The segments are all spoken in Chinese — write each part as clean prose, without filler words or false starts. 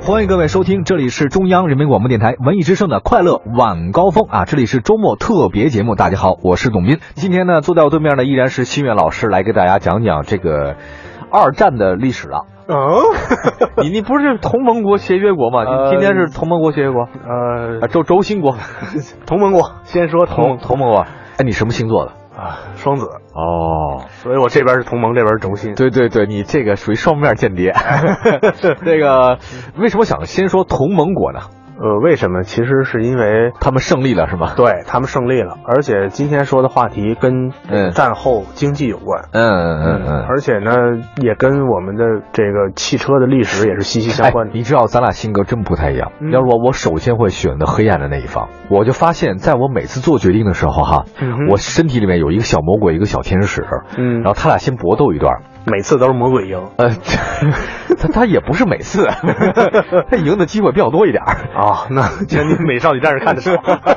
欢迎各位收听，这里是中央人民广播电台文艺之声的快乐晚高峰啊！这里是周末特别节目。大家好，我是董斌。今天呢，坐在我对面的依然是新月老师，来给大家讲讲这个二战的历史了。你不是同盟国协约国吗？今天是同盟国协约国。轴心国， 同盟国。先说同盟国。哎，你什么星座的？ 双子哦， 所以我这边是同盟，这边是轴心。 对对对，你这个属于双面间谍。这个为什么想先说同盟国呢？ 为什么？其实是因为他们胜利了，是吗？ 对，他们胜利了，而且今天说的话题跟战后经济有关。而且呢，也跟我们的这个汽车的历史也是息息相关的。 你知道咱俩性格真不太一样。要是我首先会选择黑暗的那一方。我就发现，在我每次做决定的时候哈，我身体里面有一个小魔鬼，一个小天使。然后他俩先搏斗一段。 每次都是魔鬼赢。 他也不是每次，他赢的机会比较多一点那前你美少女战士看的少。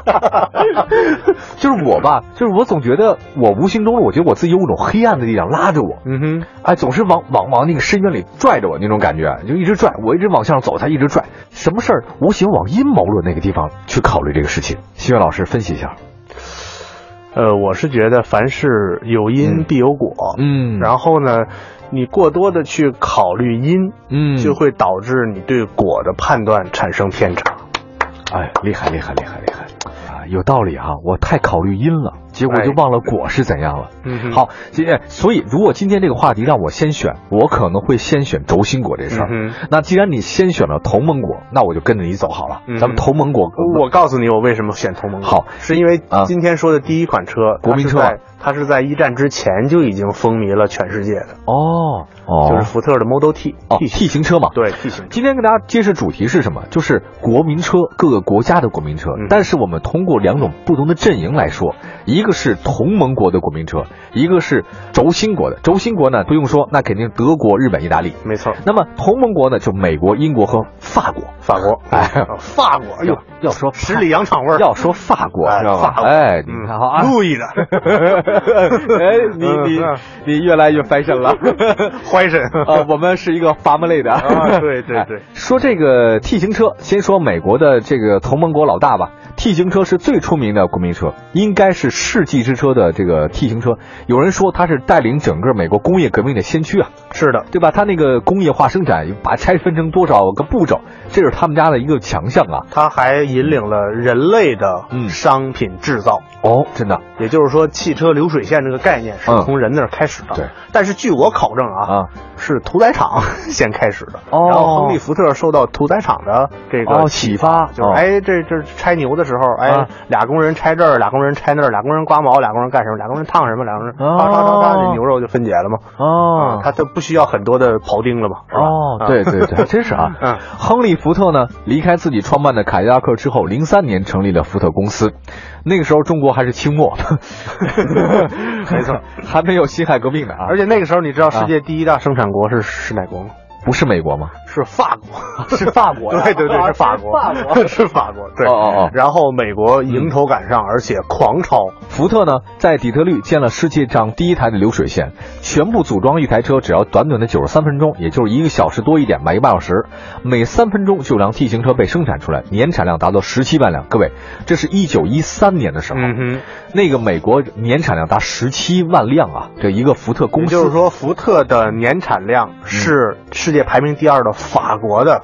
就是我吧，就是我总觉得我无形中我觉得我自己有一种黑暗的力量拉着我。总是往那个深渊里拽着我那种感觉，就一直拽，我一直往向上走，他一直拽。什么事儿我喜欢往阴谋论那个地方去考虑这个事情。新月老师分析一下。 我是觉得凡事有因必有果。然后呢，你过多的去考虑因，就会导致你对果的判断产生偏差。 哎，厉害有道理哈！我太考虑因了，结果就忘了果是怎样了。好，所以如果今天这个话题让我先选，我可能会先选轴心国这事儿。那既然你先选了同盟国，那我就跟着你走好了。咱们同盟国， 我告诉你我为什么选同盟国。 好， 是因为今天说的第一款车， 国民车， 它是在一战之前就已经风靡了全世界的。就是福特的 Model T。T 型车嘛。 对 T 型。 今天跟大家揭示主题是什么？就是国民车，各个国家的国民车。但是我们通过两种不同的阵营来说，一个是同盟国的国民车，一个是轴心国的。轴心国呢，不用说，那肯定德国、日本、意大利。 没错。 那么同盟国呢，就美国、英国和法国。 法国。法国。哎呦， 要说十里洋场味儿。 要说法国， 法国。 你看好啊， 路易的。 你越来越fashion了。 怀神我们是一个法门类的。 对。 说这个 T 型车，先说美国的这个同盟国老大吧。T 型车是最出名的国民车，应该是世纪之车的这个 T 型车。有人说它是带领整个美国工业革命的先驱啊。 是的， 对吧？它那个工业化生产，把拆分成多少个步骤，这是他们家的一个强项啊。 它还引领了人类的商品制造。 真的。 也就是说，汽车流水线这个概念是从人那儿开始的。 对。 但是据我考证是屠宰场先开始的。然后亨利·福特受到屠宰场的这个启发， 就是这拆牛的时候，俩工人拆这儿，俩工人拆那儿，俩工人刮毛，俩工人干什么，俩工人烫什么，俩工人这牛肉就分解了嘛。他就不需要很多的庖丁了嘛。 对，真是啊。亨利·福特呢，离开自己创办的凯迪拉克之后，03年成立了福特公司。那个时候中国还是清末。 没错， 还没有辛亥革命呢。 而且那个时候你知道世界第一大生产国是哪国吗？ 不是美国吗？ 是法国。 是法国。 对，是法国。是法国。对。然后美国迎头赶上，而且狂超。 福特呢，在底特律建了世界上第一台的流水线，全部组装一台车只要短短的93分钟，也就是1个小时多一点吧，1个半小时。每3分钟就辆 T 型车被生产出来，年产量达到17万辆。各位，这是1913年的时候。那个美国年产量达17万辆啊，这一个福特公司。 也就是说，福特的年产量是世界排名第2的法国的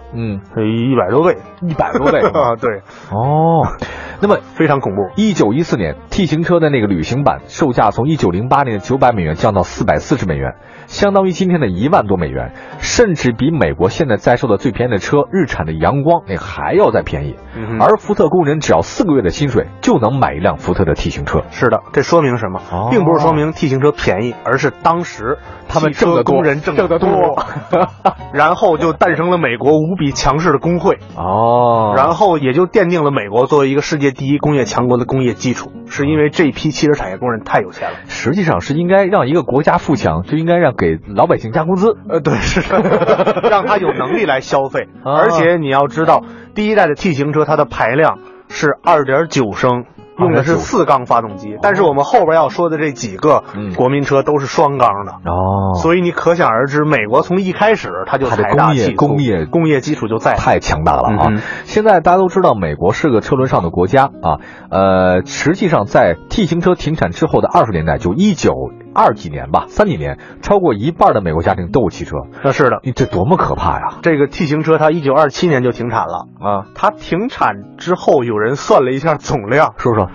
100多倍。 100多倍对。 那么非常恐怖。 1914年 T 型车的那个旅行版售价从1908年的900美元降到440美元，相当于今天的1万多美元，甚至比美国现在在售的最便宜的车日产的阳光那还要再便宜。而福特工人只要4个月的薪水就能买一辆福特的 T 型车。 是的，这说明什么？并不是说明 T 型车便宜，而是当时他们挣得多， 工人挣得多。然后就诞生了美国无比强势的工会。然后也就奠定了美国作为一个世界第一工业强国的工业基础。是因为这批汽车产业工人太有钱了。 实际上是应该让一个国家富强，就应该让给老百姓加工资。 对，是让他有能力来消费。而且你要知道，第一代的 T 型车它的排量是2.9升用的是4缸发动机，但是我们后边要说的这几个国民车都是双缸的所以你可想而知，美国从一开始它就财大气粗，工业基础就在， 太强大了现在大家都知道，美国是个车轮上的国家实际上在 T 型车停产之后的20年代，就1920几年吧，30几年，超过一半的美国家庭都有汽车。 那是的， 这多么可怕呀！ 这个 T 型车它1927年就停产了它停产之后，有人算了一下总量， 说说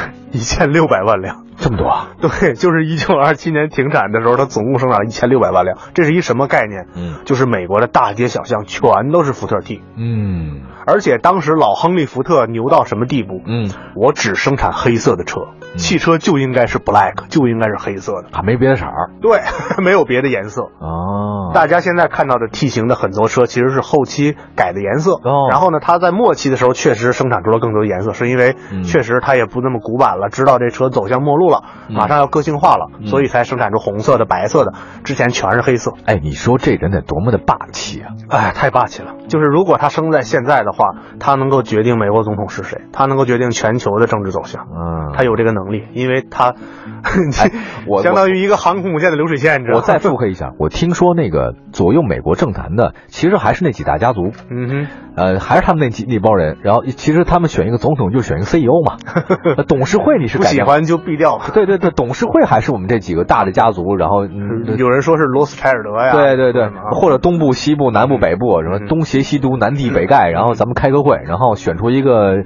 ，1600万辆。 这么多对，就是1927年停产的时候，它总共生产了1600万辆。这是一什么概念？就是美国的大街小巷全都是福特 T。而且当时老亨利福特牛到什么地步？我只生产黑色的车，汽车就应该是 black， 就应该是黑色的， 还没别的色儿。 对，没有别的颜色。大家现在看到的 T 型的很多车其实是后期改的颜色。然后呢，它在末期的时候确实生产出了更多的颜色，是因为确实它也不那么古板了，知道这车走向末路了，马上要个性化了，所以才生产出红色的、白色的，之前全是黑色。 你说这人得多么的霸气啊！ 太霸气了。就是如果他生在现在的话，他能够决定美国总统是谁，他能够决定全球的政治走向。他有这个能力，因为他相当于一个航空母舰的流水线。 我再附和一下，我听说那个左右美国政坛的，其实还是那几大家族。还是他们那帮人。然后其实他们选一个总统就选一个 CEO 嘛。董事会你是不喜欢就毙掉。 对，董事会还是我们这几个大的家族。然后有人说是罗斯柴尔德呀。 对，或者东部、西部、南部、北部，什么东邪西毒、南帝北丐，然后咱们开个会，然后选出一个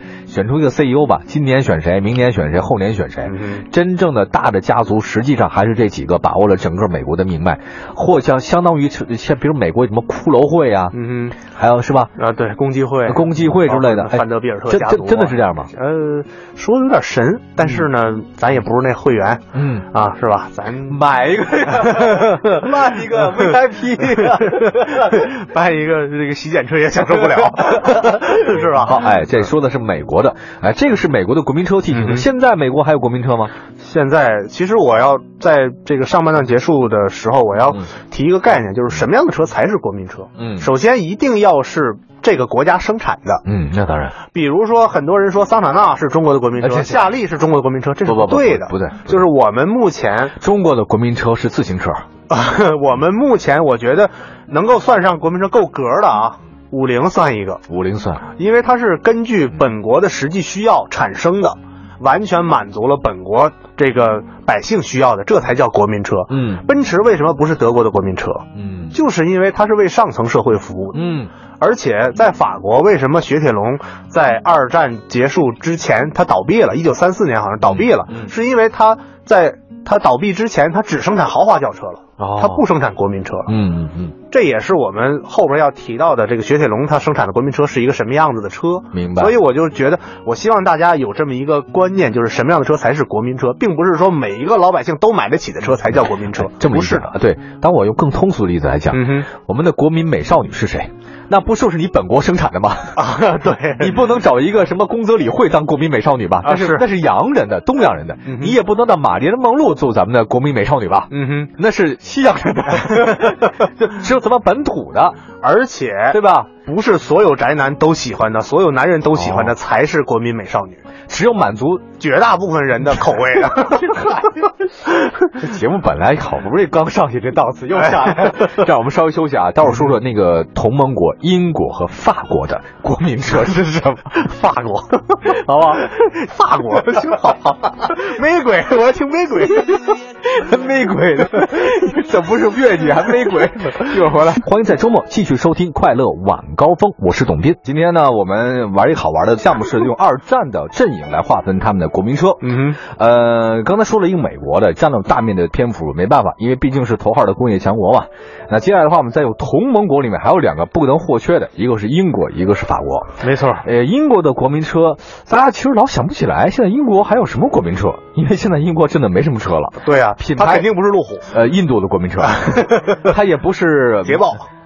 CEO 吧。今年选谁，明年选谁，后年选谁。真正的大的家族实际上还是这几个把握了整个美国的命脉，或相当于像比如美国什么骷髅会啊，还有是吧？ 对，公祭会之类的。 范德比尔特家族。 真的是这样吗？ 说的有点神，但是呢，咱也不是那会员，是吧？咱买一个，办一个 VIP， 办一个这个洗剪车也享受不了，是吧？ 好，这说的是美国的，这个是美国的国民车 T 型车。现在美国还有国民车吗？ 现在其实我要在这个上半段结束的时候，我要提一个概念，就是什么样的车才是国民车？首先一定要是这个国家生产的。 那当然。 比如说很多人说桑塔纳是中国的国民车，夏利是中国的国民车，这是不对的。 不对， 就是我们目前中国的国民车是自行车。 我们目前我觉得能够算上国民车够格的50算一个。 50算， 因为它是根据本国的实际需要产生的，完全满足了本国这个百姓需要的，这才叫国民车。奔驰为什么不是德国的国民车？就是因为它是为上层社会服务的。而且在法国，为什么雪铁龙在2战结束之前它倒闭了？1934年好像倒闭了，是因为它倒闭之前它只生产豪华轿车了。它不生产国民车了。这也是我们后边要提到的，这个雪铁龙它生产的国民车是一个什么样子的车。 明白。 所以我就觉得，我希望大家有这么一个观念，就是什么样的车才是国民车，并不是说每一个老百姓都买得起的车才叫国民车。 这么不是的。对，当我用更通俗的例子来讲，我们的国民美少女是谁？那不就是你本国生产的吗？ 对， 你不能找一个什么宫泽理惠当国民美少女吧？那是洋人的，东洋人的。你也不能让玛丽莲梦露做咱们的国民美少女吧？那是西洋人的，只有咱们本土的， 而且对吧？ 不是所有宅男都喜欢的，所有男人都喜欢的才是国民美少女， 只有满足绝大部分人的口味的。 这节目本来好不容易刚上去这档次又下来，让我们稍微休息啊。待会儿说说那个同盟国英国和法国的国民车是什么？ 法国， 好不好？ 法国，好。玫瑰，我要听玫瑰。 玫瑰的，这不是越剧还玫瑰？一会儿回来，欢迎在周末继续收听快乐晚高峰，我是董斌。今天呢，我们玩一个好玩的项目，是用2战的阵营来划分他们的国民车。刚才说了一个美国的，占了大面的篇幅，没办法，因为毕竟是头号的工业强国嘛。那接下来的话，我们再有同盟国里面还有2个不能或缺的，一个是英国，一个是法国。 没错。 英国的国民车，大家其实老想不起来，现在英国还有什么国民车？因为现在英国真的没什么车了。 对啊， 品牌它肯定不是路虎。 印度的国民车，它也不是捷豹。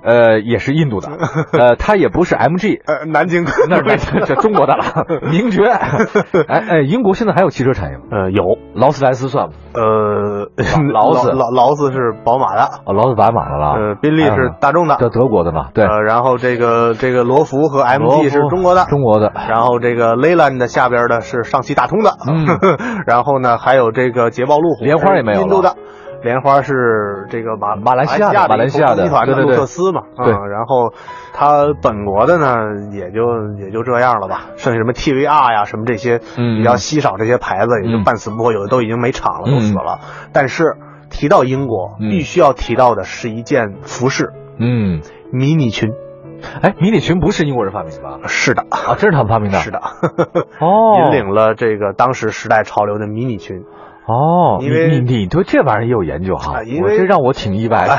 也是印度的，它也不是 MG， 南京那是中国的了，名爵。英国现在还有汽车产业吗？ 有， 劳斯莱斯算吗？ 劳斯是宝马的， 劳斯宝马的了。 宾利是大众的， 这德国的嘛？对。 然后这个罗孚和 MG 是中国的，然后这个雷兰的下边的是上汽大通的，然后呢还有这个捷豹路虎， 莲花也没有， 印度的。莲花是这个马来西亚的集团的路特斯嘛，然后它本国的呢也就这样了吧，剩下什么 TVR 呀什么这些比较稀少这些牌子也就半死不活，有的都已经没厂了，都死了。但是提到英国，必须要提到的是一件服饰，迷你裙。 迷你裙不是英国人发明的吧？ 是的啊，这是他们发明的。 是的，引领了这个当时时代潮流的迷你裙。 因为你对这玩意儿也有研究哈， 因为这让我挺意外的。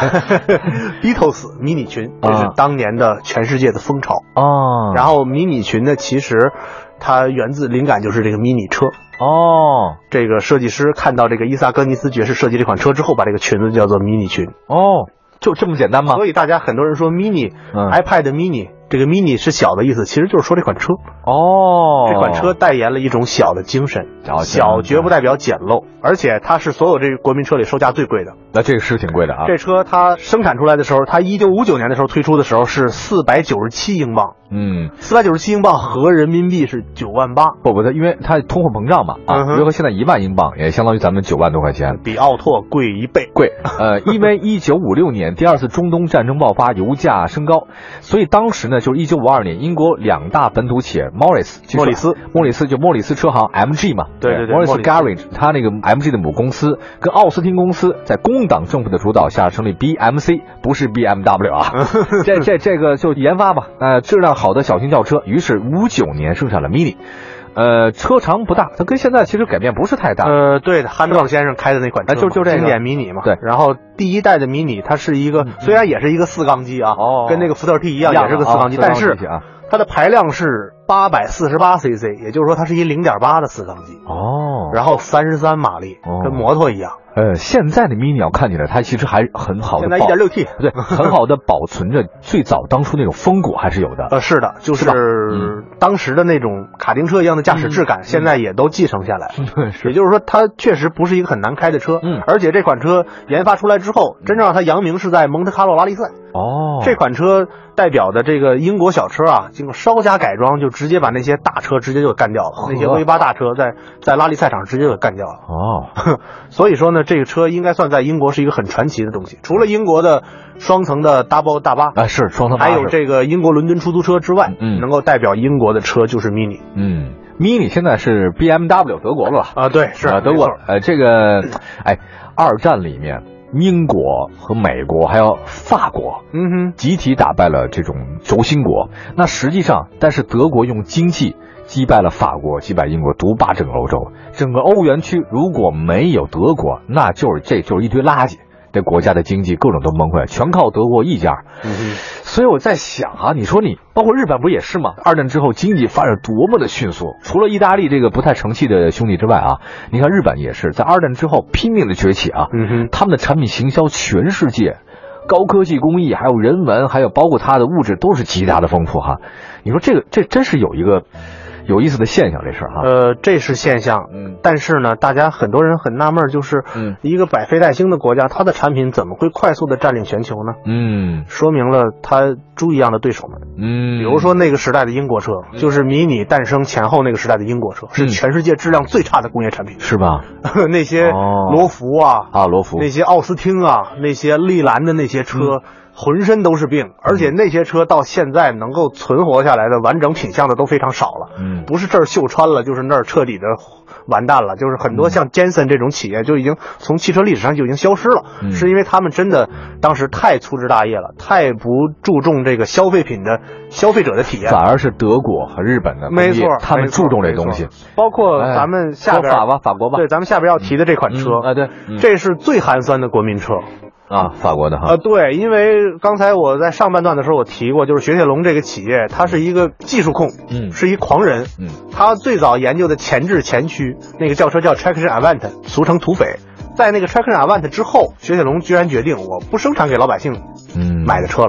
Beatles 迷你裙，这是当年的全世界的风潮然后迷你裙呢，其实它源自灵感就是这个迷你车这个设计师看到这个伊萨戈尼斯爵士设计这款车之后，把这个裙子叫做迷你裙就这么简单吗？ 所以大家很多人说 mini、iPad mini， 这个 mini 是小的意思，其实就是说这款车这款车代言了一种小的精神，小绝不代表简陋，而且它是所有这个国民车里售价最贵的。 那这个是挺贵的啊。 这车它生产出来的时候，它1959年的时候推出的时候是497英镑，497英镑合人民币是9万8。 不，它因为它通货膨胀嘛约合现在1万英镑，也相当于咱们9万多块钱， 比奥拓贵1倍。 因为1956年第二次中东战争爆发，油价升高，所以当时呢就是1952年，英国2大本土企业莫里斯就莫里斯车行 MG 嘛， 对莫里斯 Garage， 它那个 MG 的母公司跟奥斯汀公司在工党政府的主导下成立 BMC， 不是 BMW 啊，这个就研发吧，质量好的小型轿车，于是59年生产了 Mini。车长不大，它跟现在其实改变不是太大。 对的，汉壮先生开的那款车就这个经典迷你嘛。 对， 然后第一代的迷你它是一个虽然也是一个4缸机跟那个福特 T 一样也是个4缸机，但是它的排量是848cc， 也就是说它是一0.8的4缸机然后33马力，跟摩托一样。 现在的 Mini 要看起来它其实还很好的， 现在 1.6T 对，很好的保存着最早当初那种风骨还是有的。 是的，就是当时的那种卡丁车一样的驾驶质感，现在也都继承下来。也就是说，它确实不是一个很难开的车。而且这款车研发出来之后，真正让它扬名是在蒙特卡洛拉力赛。这款车代表的这个英国小车经过稍加改装，就直接把那些大车直接就干掉了。那些 V8 大车在拉力赛场直接就干掉了。所以说呢，这个车应该算在英国是一个很传奇的东西。除了英国的双层的 Double 大巴是双层巴， 还有这个英国伦敦出租车之外，能够代表英国的车就是 Mini。 Mini 现在是 BMW 德国了对，是德国。这个二战里面英国和美国还有法国集体打败了这种轴心国。那实际上但是德国用经济击败了法国，击败英国，独霸整个欧洲。整个欧元区如果没有德国，那就是一堆垃圾，这国家的经济各种都崩溃，全靠德国一家。所以我在想你说你包括日本不也是吗？二战之后经济发展多么的迅速，除了意大利这个不太成器的兄弟之外你看日本也是在二战之后拼命的崛起他们的产品行销全世界，高科技工艺还有人文还有包括它的物质都是极大的丰富你说这真是有一个有意思的现象，这事这是现象。但是呢，大家很多人很纳闷，就是一个百废待兴的国家，它的产品怎么会快速的占领全球呢？说明了它猪一样的对手们。比如说那个时代的英国车，就是迷你诞生前后那个时代的英国车，是全世界质量最差的工业产品， 是吧？ 那些罗孚罗孚， 那些奥斯汀那些利兰的那些车。浑身都是病，而且那些车到现在能够存活下来的完整品相的都非常少了。不是这儿锈穿了，就是那儿彻底的完蛋了。就是很多像 Jensen 这种企业就已经从汽车历史上就已经消失了，是因为他们真的当时太粗枝大叶了，太不注重这个消费品的消费者的体验。 反而是德国和日本的工业， 没错， 他们注重这东西。 包括咱们下边法国吧， 对，咱们下边要提的这款车对， 这是最寒酸的国民车。 法国的对，因为刚才我在上半段的时候我提过，就是雪铁龙这个企业，它是一个技术控，是一狂人，他最早研究的前置前驱那个轿车叫 Traction Avant， 俗称土匪。在那个 Traction Avant 之后，雪铁龙居然决定我不生产给老百姓买的车了，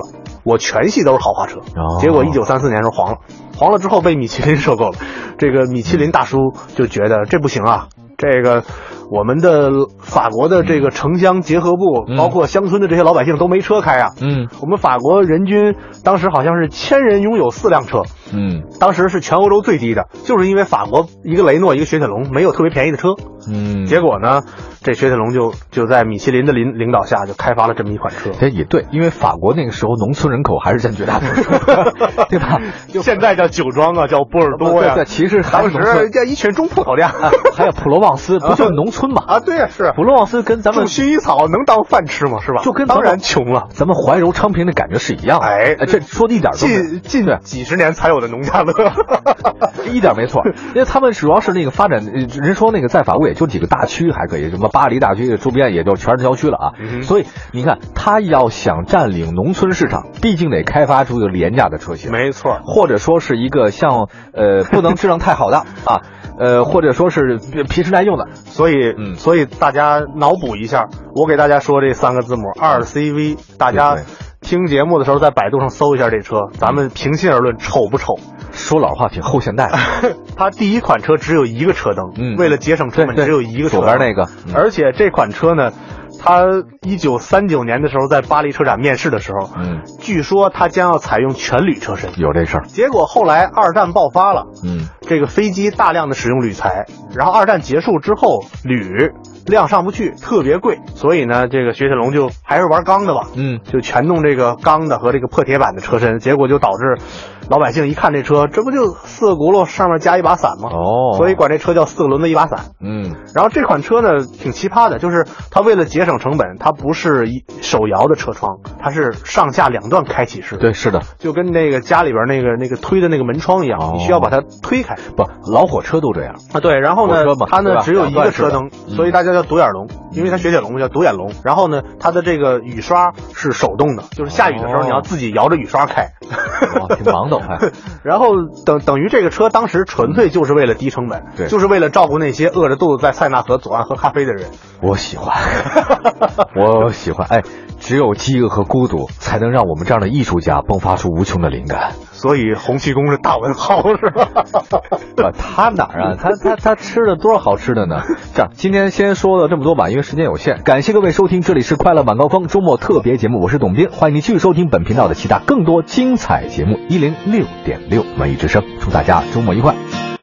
我全系都是豪华车。结果1934年时候黄了之后被米其林收购了。这个米其林大叔就觉得这不行啊，这个我们的法国的这个城乡结合部，包括乡村的这些老百姓都没车开啊。我们法国人均当时好像是1000人拥有4辆车。当时是全欧洲最低的，就是因为法国一个雷诺一个雪铁龙没有特别便宜的车。结果呢，这雪铁龙就在米其林的领导下就开发了这么一款车。 也对，因为法国那个时候农村人口还是占绝大多数，对吧？ 现在叫酒庄啊，叫波尔多呀。 对，其实当时叫一群种葡萄架， 还有普罗旺斯，不就是农村嘛？ 啊，对呀，是普罗旺斯跟咱们种薰衣草能当饭吃吗？是吧？ 就跟当然穷了， 咱们怀柔昌平的感觉是一样的。哎，这说的一点都近几十年才有的农家乐， 一点没错。因为他们主要是那个发展，人说那个在法国也就几个大区还可以，什么巴黎大区周边也就全是郊区了啊。所以你看，他要想占领农村市场，毕竟得开发出一个廉价的车型， 没错， 或者说是一个像不能质量太好的啊。或者说是皮实耐用的， 所以大家脑补一下，我给大家说这3个字母2CV，大家听节目的时候在百度上搜一下这车，咱们平心而论，丑不丑？ 说老话挺后现代的。 它第一款车只有一个车灯，为了节省成本只有一个车灯， 左边那个， 而且这款车呢，他1939年的时候在巴黎车展面试的时候，据说他将要采用全铝车身， 有这事儿。 结果后来二战爆发了，这个飞机大量的使用铝材，然后二战结束之后，铝量上不去，特别贵，所以呢，这个雪铁龙就还是玩钢的吧，就全弄这个钢的和这个破铁板的车身，结果就导致老百姓一看这车，这不就4个轱辘上面加一把伞吗？所以管这车叫4个轮子一把伞。然后这款车呢挺奇葩的，就是它为了节省成本，它不是手摇的车窗，它是上下2段开启式的。 对，是的， 就跟那个家里边那个推的那个门窗一样，你需要把它推开。 不，老火车都这样啊。对，然后呢，它呢只有一个车灯，所以大家叫独眼龙，因为它雪铁龙叫独眼龙。然后呢，它的这个雨刷是手动的，就是下雨的时候你要自己摇着雨刷开。 挺忙的。 然后等于这个车当时纯粹就是为了低成本，就是为了照顾那些饿着肚子在塞纳河左岸喝咖啡的人。 我喜欢，我喜欢。哎，只有饥饿和孤独才能让我们这样的艺术家迸发出无穷的灵感。 所以洪七公是大文豪是吧？ 他哪儿啊？他吃了多少好吃的呢？这样，今天先说了这么多吧，因为时间有限。感谢各位收听，这里是快乐晚高峰周末特别节目，我是董斌，欢迎你继续收听本频道的其他更多精彩节目。106.6文艺之声，祝大家周末愉快。